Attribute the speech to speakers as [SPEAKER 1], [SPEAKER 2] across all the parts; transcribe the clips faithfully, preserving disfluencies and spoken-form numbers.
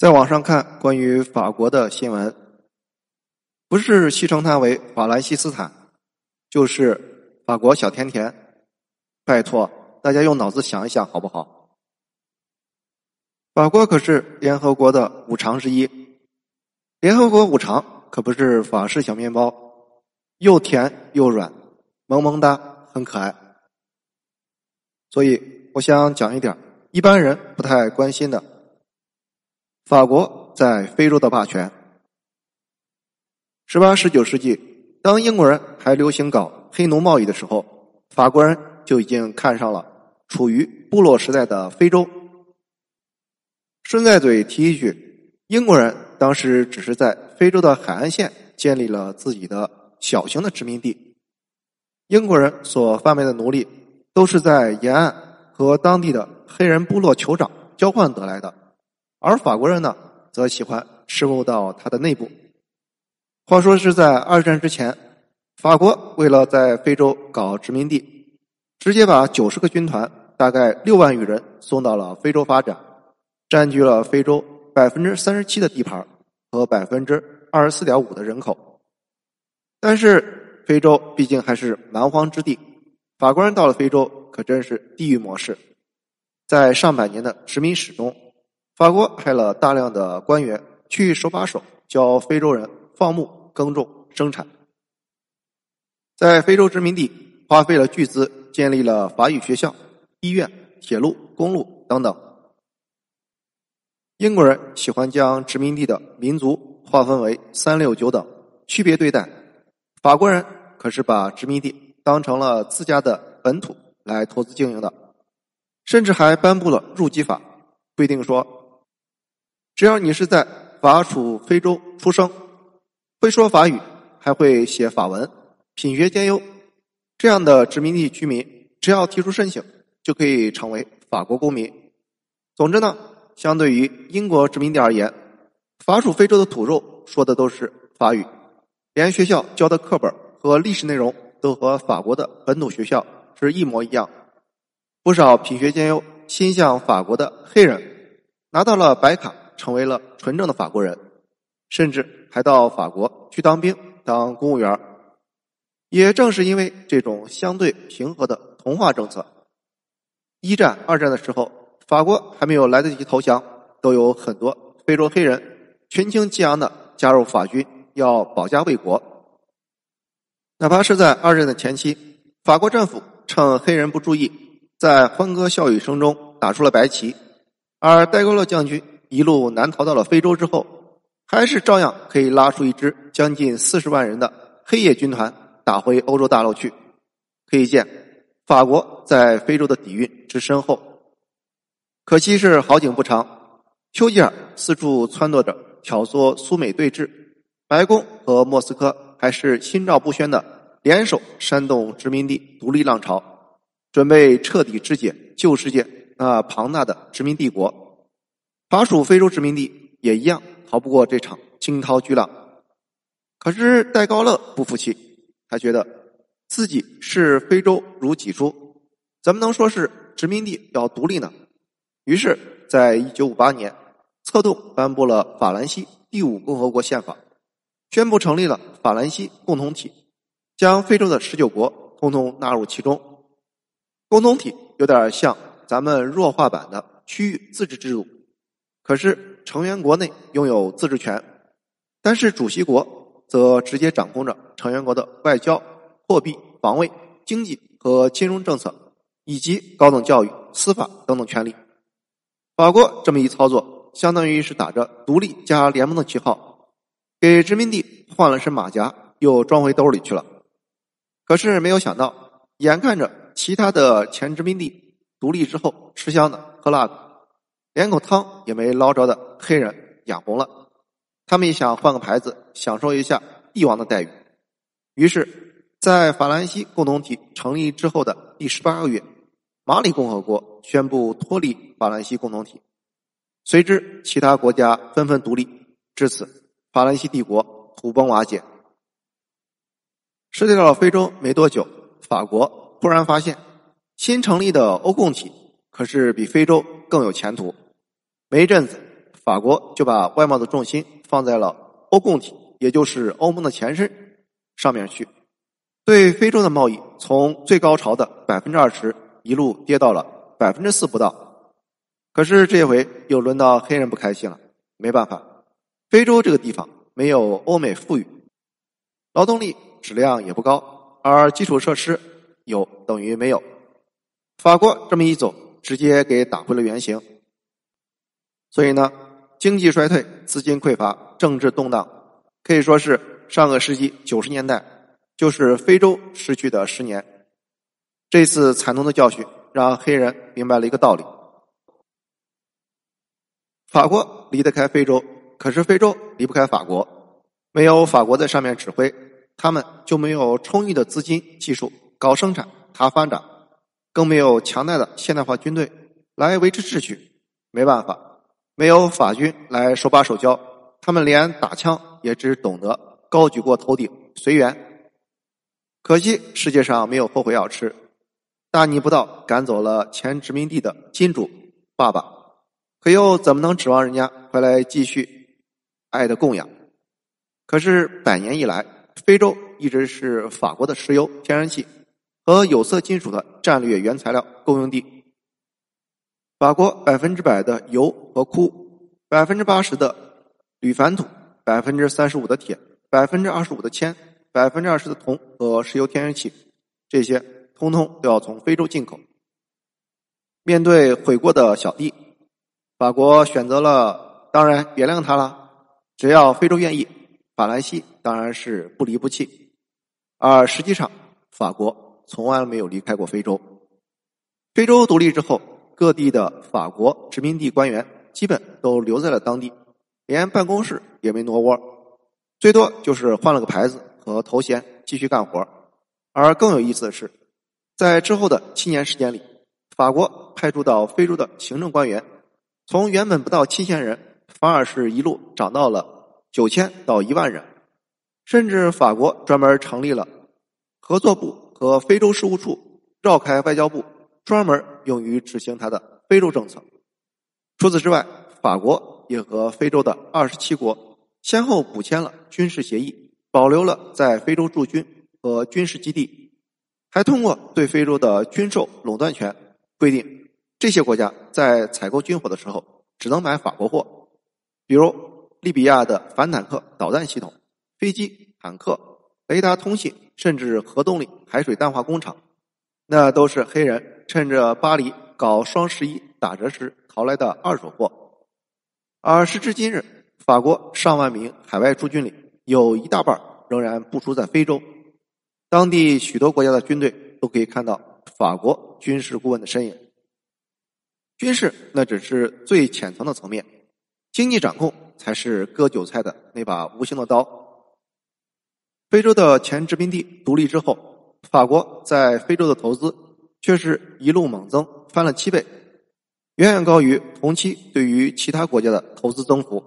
[SPEAKER 1] 在网上看关于法国的新闻，不是戏称它为法兰西斯坦，就是法国小甜甜。拜托，大家用脑子想一想好不好？法国可是联合国的五常之一，联合国五常可不是法式小面包，又甜又软，萌萌哒，很可爱。所以我想讲一点一般人不太关心的，法国在非洲的霸权。十八、十九世纪，当英国人还流行搞黑奴贸易的时候，法国人就已经看上了处于部落时代的非洲。顺带嘴提一句，英国人当时只是在非洲的海岸线建立了自己的小型的殖民地，英国人所贩卖的奴隶都是在沿岸和当地的黑人部落酋长交换得来的，而法国人呢，则喜欢深入到他的内部。话说是在二战之前，法国为了在非洲搞殖民地，直接把九十个军团，大概六万余人送到了非洲发展，占据了非洲 百分之三十七 的地盘和 百分之二十四点五 的人口。但是非洲毕竟还是蛮荒之地，法国人到了非洲可真是地狱模式。在上百年的殖民史中，法国派了大量的官员去手把手教非洲人放牧、耕种、生产。在非洲殖民地花费了巨资建立了法语学校、医院、铁路、公路等等。英国人喜欢将殖民地的民族划分为三六九等，区别对待。法国人可是把殖民地当成了自家的本土来投资经营的，甚至还颁布了入籍法，规定说，只要你是在法属非洲出生，会说法语，还会写法文，品学兼优，这样的殖民地居民只要提出申请，就可以成为法国公民。总之呢，相对于英国殖民地而言，法属非洲的土肉说的都是法语，连学校教的课本和历史内容都和法国的本土学校是一模一样。不少品学兼优、心向法国的黑人拿到了白卡，成为了纯正的法国人，甚至还到法国去当兵、当公务员。也正是因为这种相对平和的同化政策，一战、二战的时候，法国还没有来得及投降，都有很多非洲黑人群情激昂的加入法军，要保家卫国。哪怕是在二战的前期，法国政府趁黑人不注意，在欢歌笑语声中打出了白旗，而戴高乐将军一路南逃到了非洲之后，还是照样可以拉出一支将近四十万人的黑夜军团打回欧洲大陆去。可以见法国在非洲的底蕴之深厚。可惜是好景不长，丘吉尔四处撺掇着挑唆苏美对峙，白宫和莫斯科还是心照不宣的联手煽动殖民地独立浪潮，准备彻底肢解旧世界那庞大的殖民帝国。法属非洲殖民地也一样逃不过这场惊涛巨浪。可是戴高乐不服气，他觉得自己是非洲如己出，怎么能说是殖民地要独立呢？于是在一九五八年策动颁布了法兰西第五共和国宪法，宣布成立了法兰西共同体，将非洲的十九国统统纳入其中。共同体有点像咱们弱化版的区域自治制度，可是成员国内拥有自治权，但是主席国则直接掌控着成员国的外交、货币、防卫、经济和金融政策，以及高等教育、司法等等权利。法国这么一操作，相当于是打着独立加联盟的旗号，给殖民地换了身马甲，又装回兜里去了。可是没有想到，眼看着其他的前殖民地独立之后吃香的喝辣的，连口汤也没捞着的黑人眼红了，他们也想换个牌子，享受一下帝王的待遇。于是在法兰西共同体成立之后的第十八个月，马里共和国宣布脱离法兰西共同体，随之其他国家纷纷独立，至此法兰西帝国土崩瓦解。失掉了非洲没多久，法国忽然发现新成立的欧共体可是比非洲更有前途。没一阵子， 法国就把外贸的重心放在了欧共体，也就是欧盟的前身上面去，对非洲的贸易从最高潮的 百分之二十 一路跌到了 百分之四 不到。可是这回又轮到黑人不开心了，没办法，非洲这个地方没有欧美富裕，劳动力质量也不高，而基础设施有等于没有。法国这么一走，直接给打回了原形。所以呢，经济衰退、资金匮乏、政治动荡，可以说是上个世纪九十年代就是非洲失去的十年。这次惨痛的教训让黑人明白了一个道理：法国离得开非洲，可是非洲离不开法国。没有法国在上面指挥，他们就没有充裕的资金、技术搞生产、谈发展，更没有强大的现代化军队来维持秩序。没办法，没有法军来手把手教，他们连打枪也只懂得高举过头顶随缘。可惜世界上没有后悔药吃，大逆不道赶走了前殖民地的金主爸爸，可又怎么能指望人家回来继续爱的供养？可是百年以来，非洲一直是法国的石油、天然气和有色金属的战略原材料供应地。法国百分之百的油和钴，百分之八十的铝矾土，百分之三十五的铁，百分之二十五的铅，百分之二十的铜和石油天然气，这些通通都要从非洲进口。面对悔过的小弟，法国选择了当然原谅他了，只要非洲愿意，法兰西当然是不离不弃。而实际上，法国从来没有离开过非洲。非洲独立之后，各地的法国殖民地官员基本都留在了当地，连办公室也没挪窝，最多就是换了个牌子和头衔继续干活。而更有意思的是，在之后的七年时间里，法国派驻到非洲的行政官员从原本不到七千人，反而是一路涨到了九千到一万人，甚至法国专门成立了合作部和非洲事务处，绕开外交部，专门用于执行他的非洲政策。除此之外，法国也和非洲的二十七国先后补签了军事协议，保留了在非洲驻军和军事基地，还通过对非洲的军售垄断权规定，这些国家在采购军火的时候只能买法国货，比如利比亚的反坦克导弹系统、飞机、坦克、雷达通信，甚至核动力海水淡化工厂，那都是黑人趁着巴黎搞双十一打折时淘来的二手货。而时至今日，法国上万名海外驻军里有一大半仍然部署在非洲，当地许多国家的军队都可以看到法国军事顾问的身影。军事那只是最浅层的层面，经济掌控才是割韭菜的那把无形的刀。非洲的前殖民地独立之后，法国在非洲的投资却是一路猛增，翻了七倍，远远高于同期对于其他国家的投资增幅。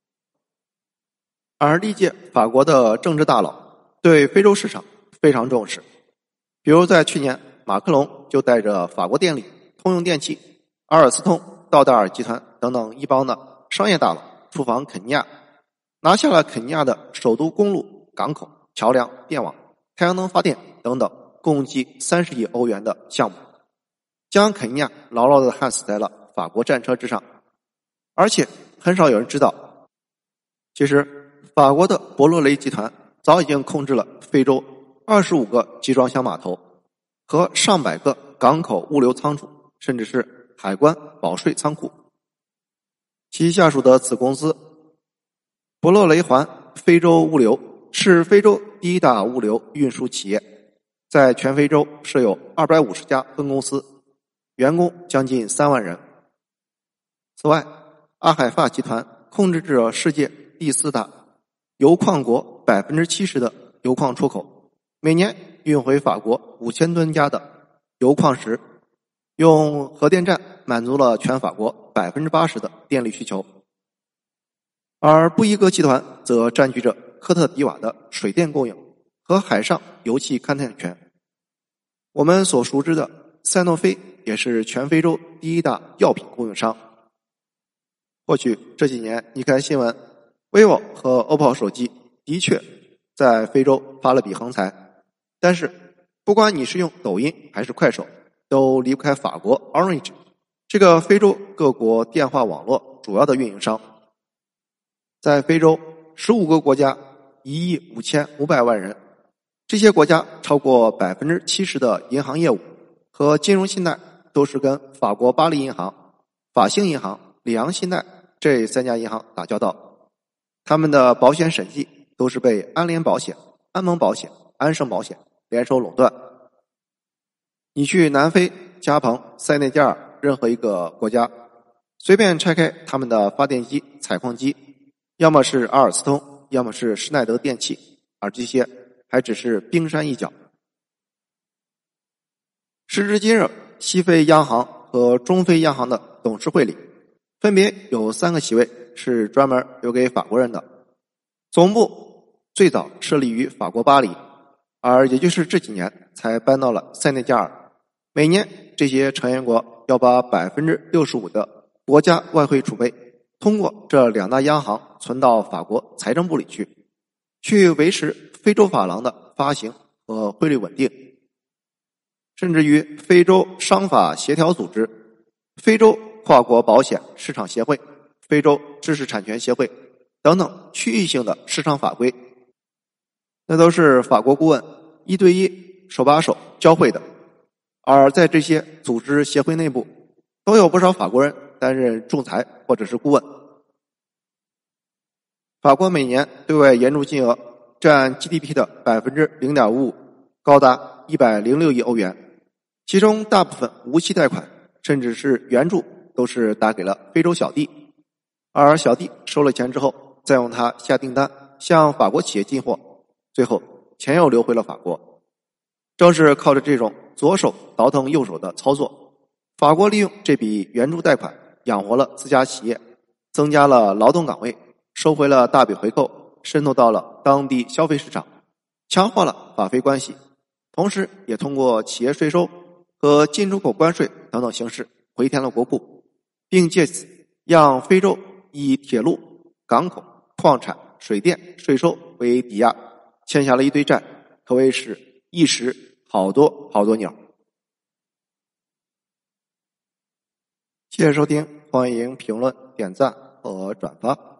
[SPEAKER 1] 而历届法国的政治大佬对非洲市场非常重视，比如在去年，马克龙就带着法国电力、通用电气、阿尔斯通、道戴尔集团等等一帮的商业大佬出访肯尼亚，拿下了肯尼亚的首都公路、港口、桥梁、电网、太阳能发电等等共计三十亿欧元的项目，将肯尼亚牢牢地焊死在了法国战车之上。而且很少有人知道，其实法国的博洛雷集团早已经控制了非洲二十五个集装箱码头和上百个港口物流仓储，甚至是海关保税仓库。其下属的子公司博洛雷环非洲物流是非洲第一大物流运输企业，在全非洲设有二百五十家分公司，员工将近三万人。此外，阿海法集团控制着世界第四大油矿国 百分之七十 的油矿出口，每年运回法国五千吨加的油矿石，用核电站满足了全法国 百分之八十 的电力需求。而布伊格集团则占据着科特迪瓦的水电供应和海上油气勘探权。我们所熟知的赛诺菲也是全非洲第一大药品供应商。 或许这几年你看新闻 vivo 和 O P P O 手机的确在非洲发了笔横财，但是不管你是用抖音还是快手，都离不开法国 Orange 这个非洲各国电话网络主要的运营商。在非洲十五个国家一亿五千五百万人，这些国家超过 百分之七十 的银行业务和金融信贷都是跟法国巴黎银行、法兴银行、里昂信贷这三家银行打交道。他们的保险审计都是被安联保险、安盟保险、安盛保险联手垄断。你去南非、加蓬、塞内加尔任何一个国家，随便拆开他们的发电机、采矿机，要么是阿尔斯通，要么是施耐德电器，而这些还只是冰山一角。时至今日，西非央行和中非央行的董事会里，分别有三个席位是专门留给法国人的。总部最早设立于法国巴黎，而也就是这几年才搬到了塞内加尔。每年这些成员国要把 百分之六十五 的国家外汇储备通过这两大央行存到法国财政部里去，去维持非洲法郎的发行和汇率稳定。甚至于非洲商法协调组织、非洲跨国保险市场协会、非洲知识产权协会等等区域性的市场法规，那都是法国顾问一对一手把手教会的。而在这些组织协会内部，都有不少法国人担任仲裁或者是顾问。法国每年对外援助金额占 G D P 的 百分之零点五五， 高达一百零六亿欧元，其中大部分无息贷款甚至是援助都是打给了非洲小弟，而小弟收了钱之后再用它下订单向法国企业进货，最后钱又流回了法国。正是靠着这种左手倒腾右手的操作，法国利用这笔援助贷款养活了自家企业，增加了劳动岗位，收回了大笔回扣，渗透到了当地消费市场，强化了法非关系，同时也通过企业税收和进出口关税等等形式回填了国库，并借此让非洲以铁路、港口、矿产、水电税收为抵押，欠下了一堆债，可谓是一时好多好多鸟。谢谢收听，欢迎评论、点赞和转发。